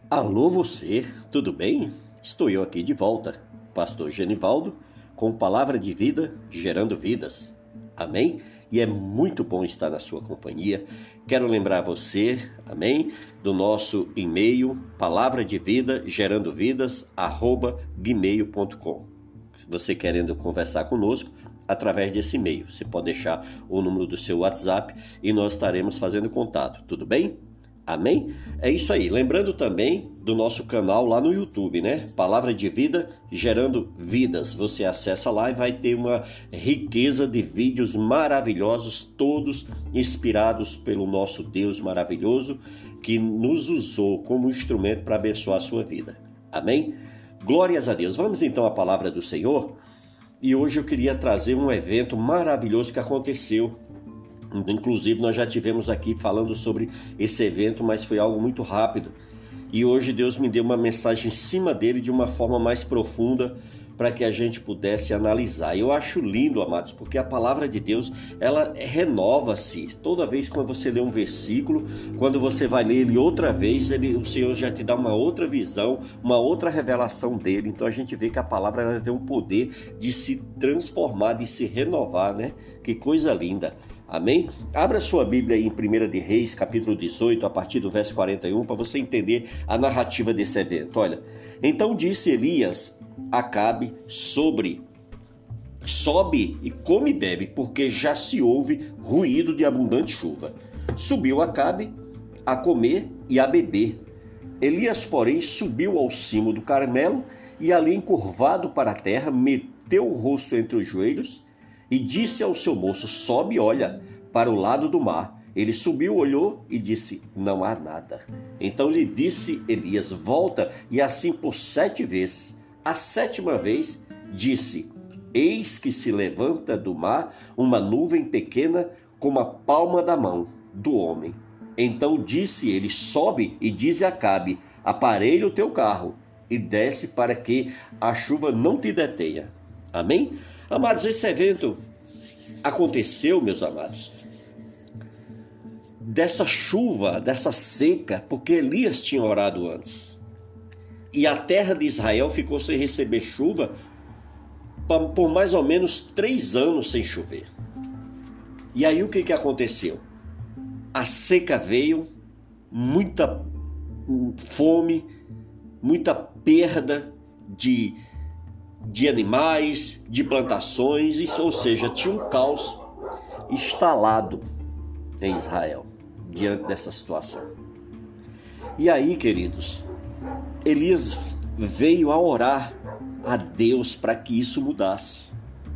Alô você, tudo bem? Estou eu aqui de volta, Pastor Genivaldo, com palavra de vida, gerando vidas. Amém? E é muito bom estar na sua companhia. Quero lembrar você, amém, do nosso e-mail, palavra de vida, gerando vidas, @gmail.com. Se você querendo conversar conosco, através desse e-mail, você pode deixar o número do seu WhatsApp e nós estaremos fazendo contato, tudo bem? Amém? É isso aí. Lembrando também do nosso canal lá no YouTube, né? Palavra de Vida, Gerando Vidas. Você acessa lá e vai ter uma riqueza de vídeos maravilhosos, todos inspirados pelo nosso Deus maravilhoso, que nos usou como instrumento para abençoar a sua vida. Amém? Glórias a Deus. Vamos então à palavra do Senhor. E hoje eu queria trazer um evento maravilhoso que aconteceu. Inclusive nós já tivemos aqui falando sobre esse evento, mas foi algo muito rápido. E hoje Deus me deu uma mensagem em cima dele de uma forma mais profunda para que a gente pudesse analisar. Eu acho lindo, amados, porque a palavra de Deus, ela renova-se. Toda vez que você lê um versículo, quando você vai ler ele outra vez, o Senhor já te dá uma outra visão, uma outra revelação dele. Então a gente vê que a palavra ela tem um poder de se transformar, de se renovar, né? Que coisa linda. Amém? Abra sua Bíblia aí em 1 de Reis, capítulo 18, a partir do verso 41, para você entender a narrativa desse evento. Olha, então disse Elias a Acabe: sobe e come e bebe, porque já se ouve ruído de abundante chuva. Subiu Acabe a comer e a beber. Elias, porém, subiu ao cimo do Carmelo e ali encurvado para a terra, meteu o rosto entre os joelhos e disse ao seu moço: sobe e olha para o lado do mar. Ele subiu, olhou e disse: não há nada. Então lhe disse Elias: volta, e assim por 7 vezes. A 7ª vez disse: eis que se levanta do mar uma nuvem pequena como a palma da mão do homem. Então disse ele: sobe e dize a Acabe: aparelha o teu carro e desce, para que a chuva não te detenha. Amém? Amados, esse evento aconteceu, meus amados, dessa chuva, dessa seca, porque Elias tinha orado antes. E a terra de Israel ficou sem receber chuva por mais ou menos 3 anos sem chover. E aí o que aconteceu? A seca veio, muita fome, muita perda de animais, de plantações, ou seja, tinha um caos instalado em Israel diante dessa situação. E aí, queridos, Elias veio a orar a Deus para que isso mudasse.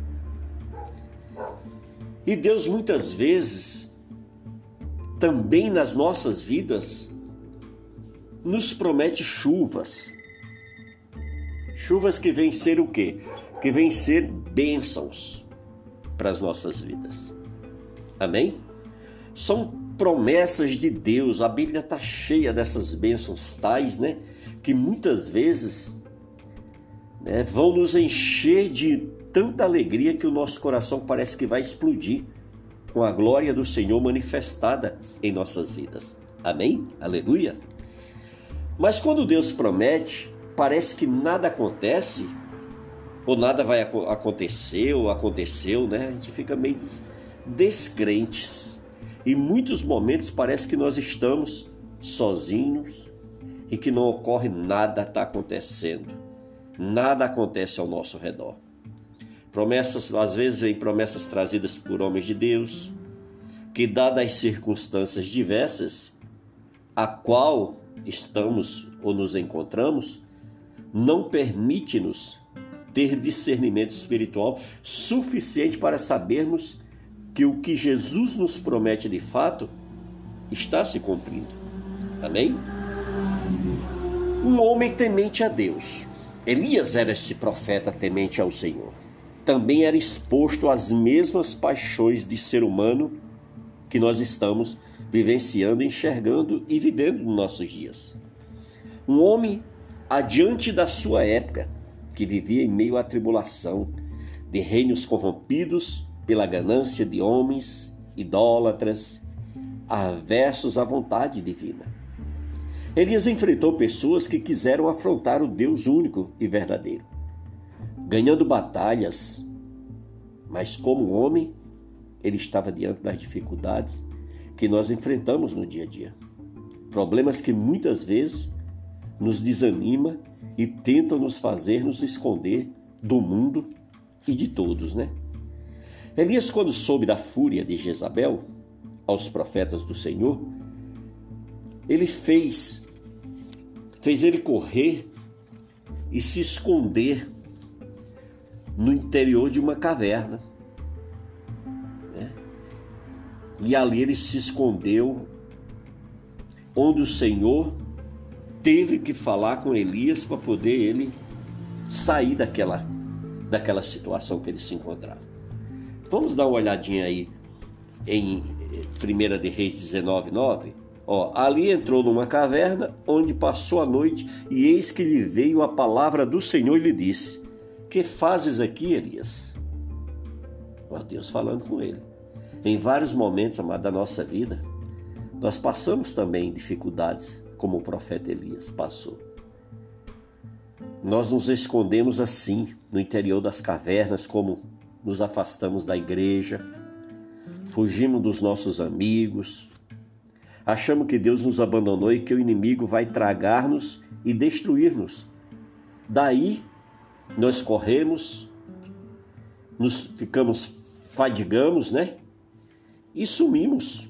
E Deus muitas vezes, também nas nossas vidas, nos promete chuvas. Chuvas que vêm ser o quê? Que vêm ser bênçãos para as nossas vidas. Amém? São promessas de Deus. A Bíblia está cheia dessas bênçãos tais, né? Que muitas vezes, né, vão nos encher de tanta alegria que o nosso coração parece que vai explodir com a glória do Senhor manifestada em nossas vidas. Amém? Aleluia! Mas quando Deus promete, parece que nada acontece, ou nada vai acontecer, ou aconteceu, né? A gente fica meio descrentes. Em muitos momentos parece que nós estamos sozinhos e que não ocorre nada, está acontecendo. Nada acontece ao nosso redor. Promessas, às vezes, vêm promessas trazidas por homens de Deus, que dadas as circunstâncias diversas, a qual estamos ou nos encontramos, não permite-nos ter discernimento espiritual suficiente para sabermos que o que Jesus nos promete de fato está se cumprindo. Amém? Um homem temente a Deus. Elias era esse profeta temente ao Senhor. Também era exposto às mesmas paixões de ser humano que nós estamos vivenciando, enxergando e vivendo nos nossos dias. Um homem adiante da sua época, que vivia em meio à tribulação de reinos corrompidos pela ganância de homens idólatras, aversos à vontade divina. Elias enfrentou pessoas que quiseram afrontar o Deus único e verdadeiro, ganhando batalhas, mas como homem, ele estava diante das dificuldades que nós enfrentamos no dia a dia. Problemas que muitas vezes nos desanima e tentam nos fazer nos esconder do mundo e de todos, né? Elias, quando soube da fúria de Jezabel aos profetas do Senhor, ele fez ele correr e se esconder no interior de uma caverna, né? E ali ele se escondeu, onde o Senhor teve que falar com Elias para poder ele sair daquela situação que ele se encontrava. Vamos dar uma olhadinha aí em 1 de Reis 19:9. Ali entrou numa caverna, onde passou a noite, e eis que lhe veio a palavra do Senhor e lhe disse: que fazes aqui, Elias? Deus falando com ele. Em vários momentos, amado, da nossa vida, nós passamos também dificuldades, como o profeta Elias passou. Nós nos escondemos assim, no interior das cavernas, como nos afastamos da igreja, fugimos dos nossos amigos, achamos que Deus nos abandonou e que o inimigo vai tragar-nos e destruir-nos. Daí, nós corremos, fadigamos, né? E sumimos.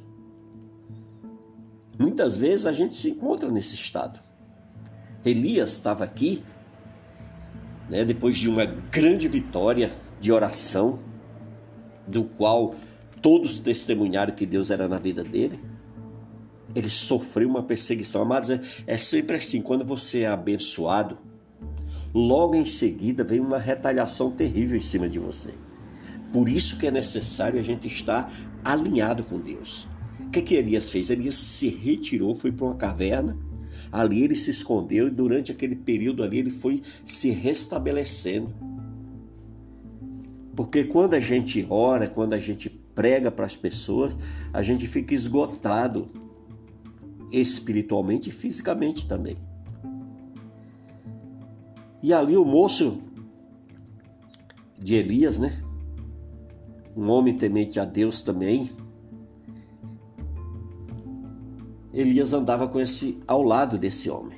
Muitas vezes a gente se encontra nesse estado. Elias estava aqui, né, depois de uma grande vitória de oração, do qual todos testemunharam que Deus era na vida dele. Ele sofreu uma perseguição. Amados, é sempre assim, quando você é abençoado, logo em seguida vem uma retaliação terrível em cima de você. Por isso que é necessário a gente estar alinhado com Deus. O que Elias fez? Elias se retirou, foi para uma caverna, ali ele se escondeu e durante aquele período ali ele foi se restabelecendo. Porque quando a gente ora, quando a gente prega para as pessoas, a gente fica esgotado espiritualmente e fisicamente também. E ali o moço de Elias, né? Um homem temente a Deus também. Elias andava ao lado desse homem.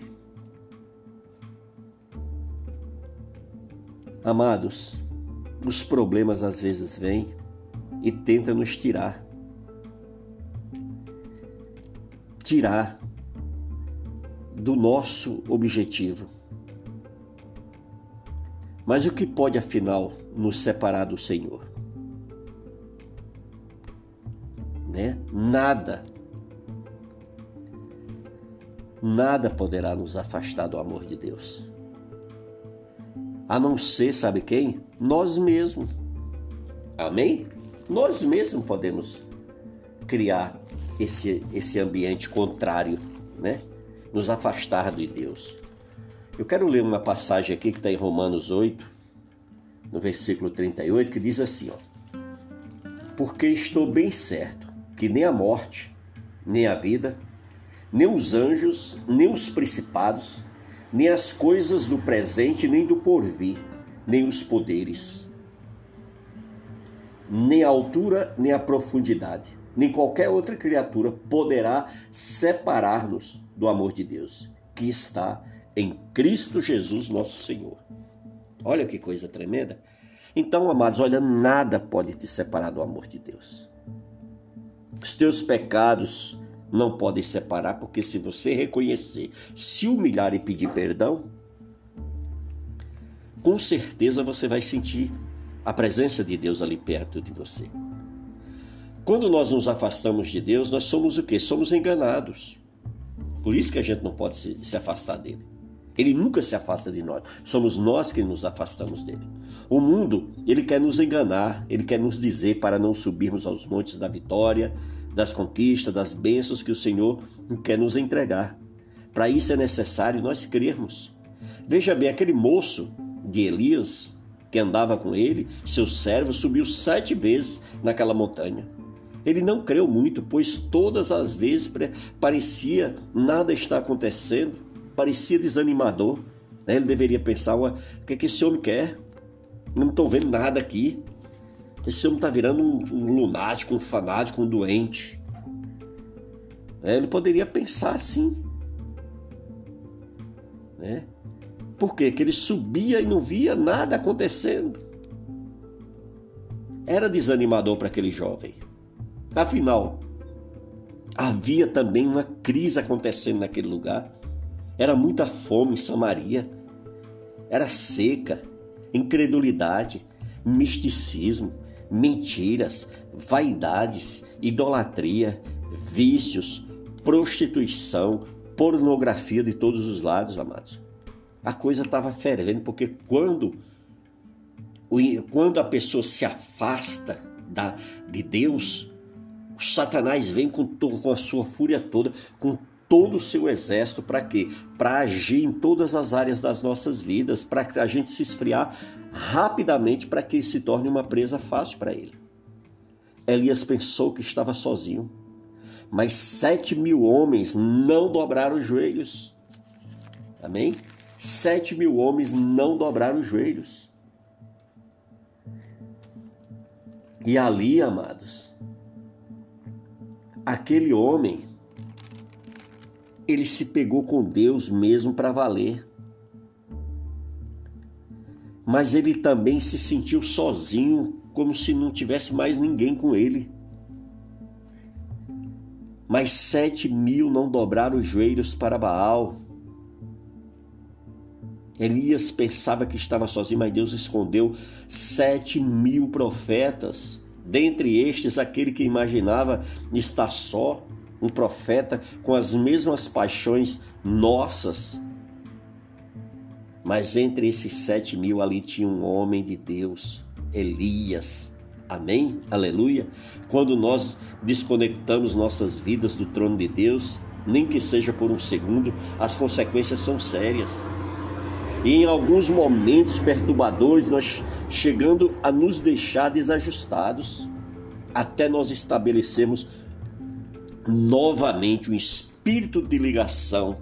Amados, os problemas às vezes vêm e tentam nos tirar do nosso objetivo. Mas o que pode, afinal, nos separar do Senhor? Né? Nada poderá nos afastar do amor de Deus. A não ser, sabe quem? Nós mesmos. Amém? Nós mesmos podemos criar esse ambiente contrário, né? Nos afastar de Deus. Eu quero ler uma passagem aqui que está em Romanos 8, no versículo 38, que diz assim, porque estou bem certo que nem a morte, nem a vida, nem os anjos, nem os principados, nem as coisas do presente, nem do porvir, nem os poderes, nem a altura, nem a profundidade, nem qualquer outra criatura poderá separar-nos do amor de Deus, que está em Cristo Jesus, nosso Senhor. Olha que coisa tremenda. Então, amados, olha, nada pode te separar do amor de Deus. Os teus pecados não podem separar, porque se você reconhecer, se humilhar e pedir perdão, com certeza você vai sentir a presença de Deus ali perto de você. Quando nós nos afastamos de Deus, nós somos o quê? Somos enganados. Por isso que a gente não pode se afastar dele. Ele nunca se afasta de nós. Somos nós que nos afastamos dele. O mundo, ele quer nos enganar, ele quer nos dizer para não subirmos aos montes da vitória, das conquistas, das bênçãos que o Senhor quer nos entregar. Para isso é necessário nós crermos. Veja bem, aquele moço de Elias, que andava com ele, seu servo, subiu 7 vezes naquela montanha. Ele não creu muito, pois todas as vezes parecia nada estar acontecendo, parecia desanimador. Ele deveria pensar, o que é que esse homem quer? Eu não estou vendo nada aqui. Esse homem está virando um lunático, um fanático, um doente. Ele poderia pensar assim. Por quê? Porque ele subia e não via nada acontecendo. Era desanimador para aquele jovem. Afinal, havia também uma crise acontecendo naquele lugar. Era muita fome em Samaria. Era seca, incredulidade, misticismo, mentiras, vaidades, idolatria, vícios, prostituição, pornografia de todos os lados, amados. A coisa estava fervendo, porque quando a pessoa se afasta de Deus, o Satanás vem com a sua fúria toda, com todo o seu exército. Para quê? Para agir em todas as áreas das nossas vidas, para a gente se esfriar rapidamente, para que se torne uma presa fácil para ele. Elias pensou que estava sozinho, mas 7.000 homens não dobraram os joelhos. Amém? 7.000 homens não dobraram os joelhos. E ali, amados, aquele homem, ele se pegou com Deus mesmo para valer. Mas ele também se sentiu sozinho, como se não tivesse mais ninguém com ele. Mas 7.000 não dobraram os joelhos para Baal. Elias pensava que estava sozinho, mas Deus escondeu 7.000 profetas. Dentre estes, aquele que imaginava estar só, um profeta com as mesmas paixões nossas. Mas entre esses 7.000 ali tinha um homem de Deus, Elias. Amém? Aleluia. Quando nós desconectamos nossas vidas do trono de Deus, nem que seja por um segundo, as consequências são sérias. E em alguns momentos perturbadores, nós chegando a nos deixar desajustados, até nós estabelecermos novamente um espírito de ligação.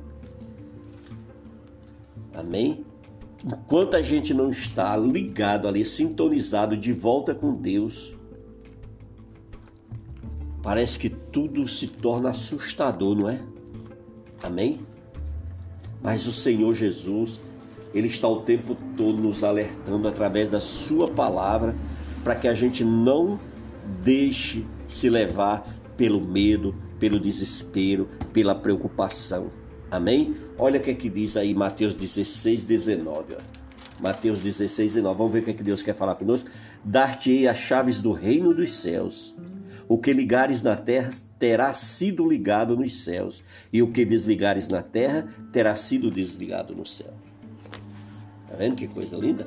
Amém? Enquanto a gente não está ligado ali, sintonizado de volta com Deus, parece que tudo se torna assustador, não é? Amém? Mas o Senhor Jesus, Ele está o tempo todo nos alertando através da sua palavra, para que a gente não deixe se levar pelo medo, pelo desespero, pela preocupação. Amém? Olha o que é que diz aí Mateus 16, 19. Mateus 16, 19. Vamos ver o que é que Deus quer falar conosco. Dar-te-ei as chaves do reino dos céus. O que ligares na terra terá sido ligado nos céus, e o que desligares na terra terá sido desligado no céu. Tá vendo que coisa linda?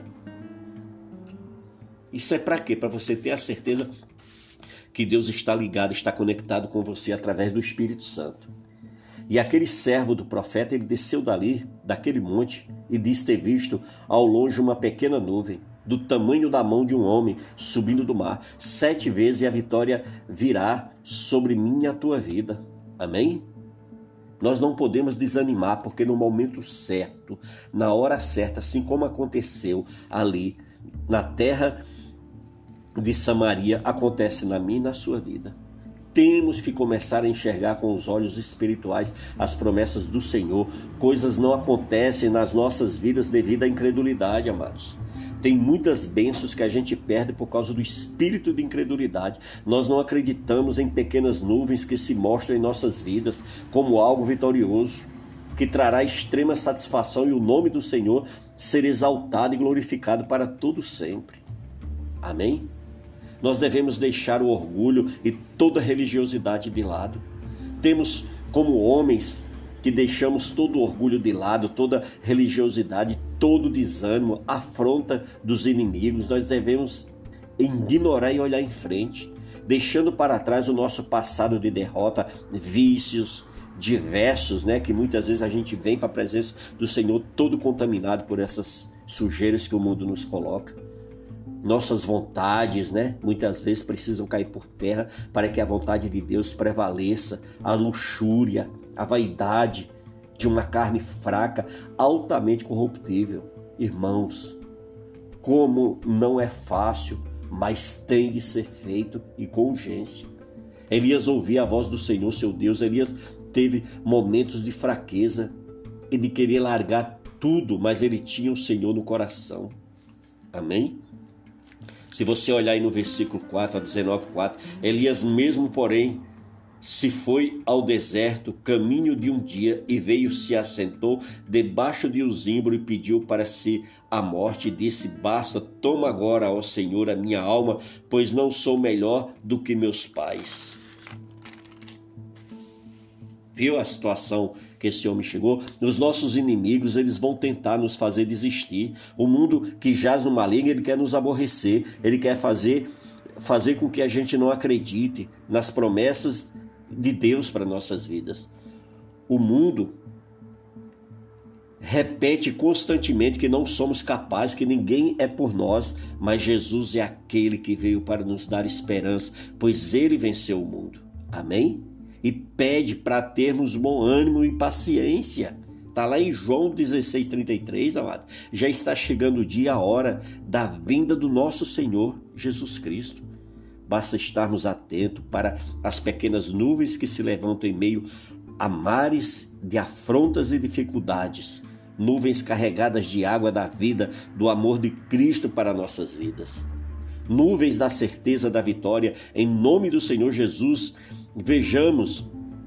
Isso é para quê? Para você ter a certeza que Deus está ligado, está conectado com você através do Espírito Santo. E aquele servo do profeta, ele desceu daquele monte, e disse ter visto ao longe uma pequena nuvem, do tamanho da mão de um homem, subindo do mar. 7 vezes e a vitória virá sobre mim e a tua vida. Amém? Nós não podemos desanimar, porque no momento certo, na hora certa, assim como aconteceu ali na terra de Samaria, acontece na minha e na sua vida. Temos que começar a enxergar com os olhos espirituais as promessas do Senhor. Coisas não acontecem nas nossas vidas devido à incredulidade, amados. Tem muitas bênçãos que a gente perde por causa do espírito de incredulidade. Nós não acreditamos em pequenas nuvens que se mostram em nossas vidas como algo vitorioso, que trará extrema satisfação e o nome do Senhor ser exaltado e glorificado para todo sempre. Amém? Nós devemos deixar o orgulho e toda religiosidade de lado. Temos como homens que deixamos todo o orgulho de lado, toda religiosidade, todo desânimo, afronta dos inimigos. Nós devemos ignorar e olhar em frente, deixando para trás o nosso passado de derrota, vícios diversos, que muitas vezes a gente vem para a presença do Senhor todo contaminado por essas sujeiras que o mundo nos coloca. Nossas vontades, né? Muitas vezes precisam cair por terra para que a vontade de Deus prevaleça. A luxúria, a vaidade de uma carne fraca, altamente corruptível. Irmãos, como não é fácil, mas tem de ser feito e com urgência. Elias ouvia a voz do Senhor, seu Deus. Elias teve momentos de fraqueza e de querer largar tudo, mas ele tinha o Senhor no coração. Amém? Se você olhar aí no versículo 4 a 19:4, Elias mesmo, porém, se foi ao deserto, caminho de um dia, e veio, se assentou debaixo de um zimbro e pediu para si a morte, e disse: basta, toma agora, ó Senhor, a minha alma, pois não sou melhor do que meus pais. Viu a situação que esse homem chegou? Os nossos inimigos, eles vão tentar nos fazer desistir. O mundo que jaz no maligno, ele quer nos aborrecer, ele quer fazer com que a gente não acredite nas promessas de Deus para nossas vidas. O mundo repete constantemente que não somos capazes, que ninguém é por nós, mas Jesus é aquele que veio para nos dar esperança, pois ele venceu o mundo. Amém? E pede para termos bom ânimo e paciência. Está lá em João 16:33, amado. Já está chegando o dia, a hora da vinda do nosso Senhor Jesus Cristo. Basta estarmos atentos para as pequenas nuvens que se levantam em meio a mares de afrontas e dificuldades. Nuvens carregadas de água da vida, do amor de Cristo para nossas vidas. Nuvens da certeza da vitória, em nome do Senhor Jesus. Vejamos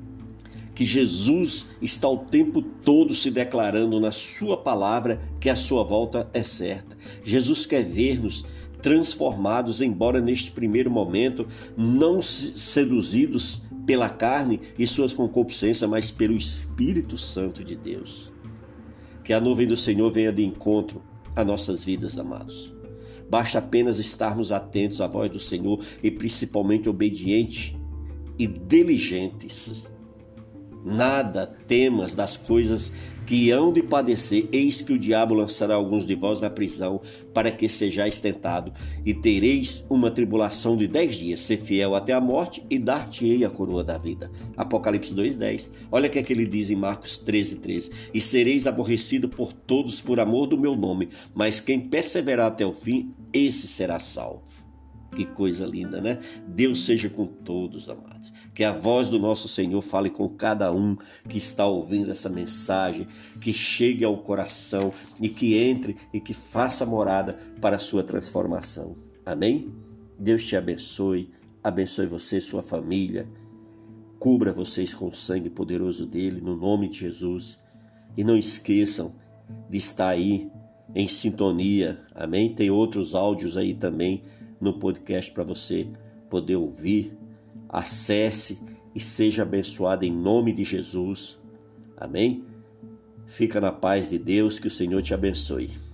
que Jesus está o tempo todo se declarando na sua palavra que a sua volta é certa. Jesus quer ver-nos transformados, embora neste primeiro momento não seduzidos pela carne e suas concupiscências, mas pelo Espírito Santo de Deus. Que a nuvem do Senhor venha de encontro a nossas vidas, amados. Basta apenas estarmos atentos à voz do Senhor e principalmente obedientes e diligentes. Nada temas das coisas que hão de padecer, eis que o diabo lançará alguns de vós na prisão, para que sejais tentados, e tereis uma tribulação de 10 dias, ser fiel até a morte, e dar-te-ei a coroa da vida. Apocalipse 2:10. Olha o que é que ele diz em Marcos 13:13. E sereis aborrecidos por todos por amor do meu nome, mas quem perseverar até o fim, esse será salvo. Que coisa linda, né? Deus seja com todos, amados. Que a voz do nosso Senhor fale com cada um que está ouvindo essa mensagem, que chegue ao coração e que entre e que faça morada para a sua transformação. Amém? Deus te abençoe, abençoe você e sua família. Cubra vocês com o sangue poderoso dele, no nome de Jesus. E não esqueçam de estar aí em sintonia. Amém? Tem outros áudios aí também no podcast para você poder ouvir. Acesse e seja abençoado em nome de Jesus. Amém? Fica na paz de Deus, que o Senhor te abençoe.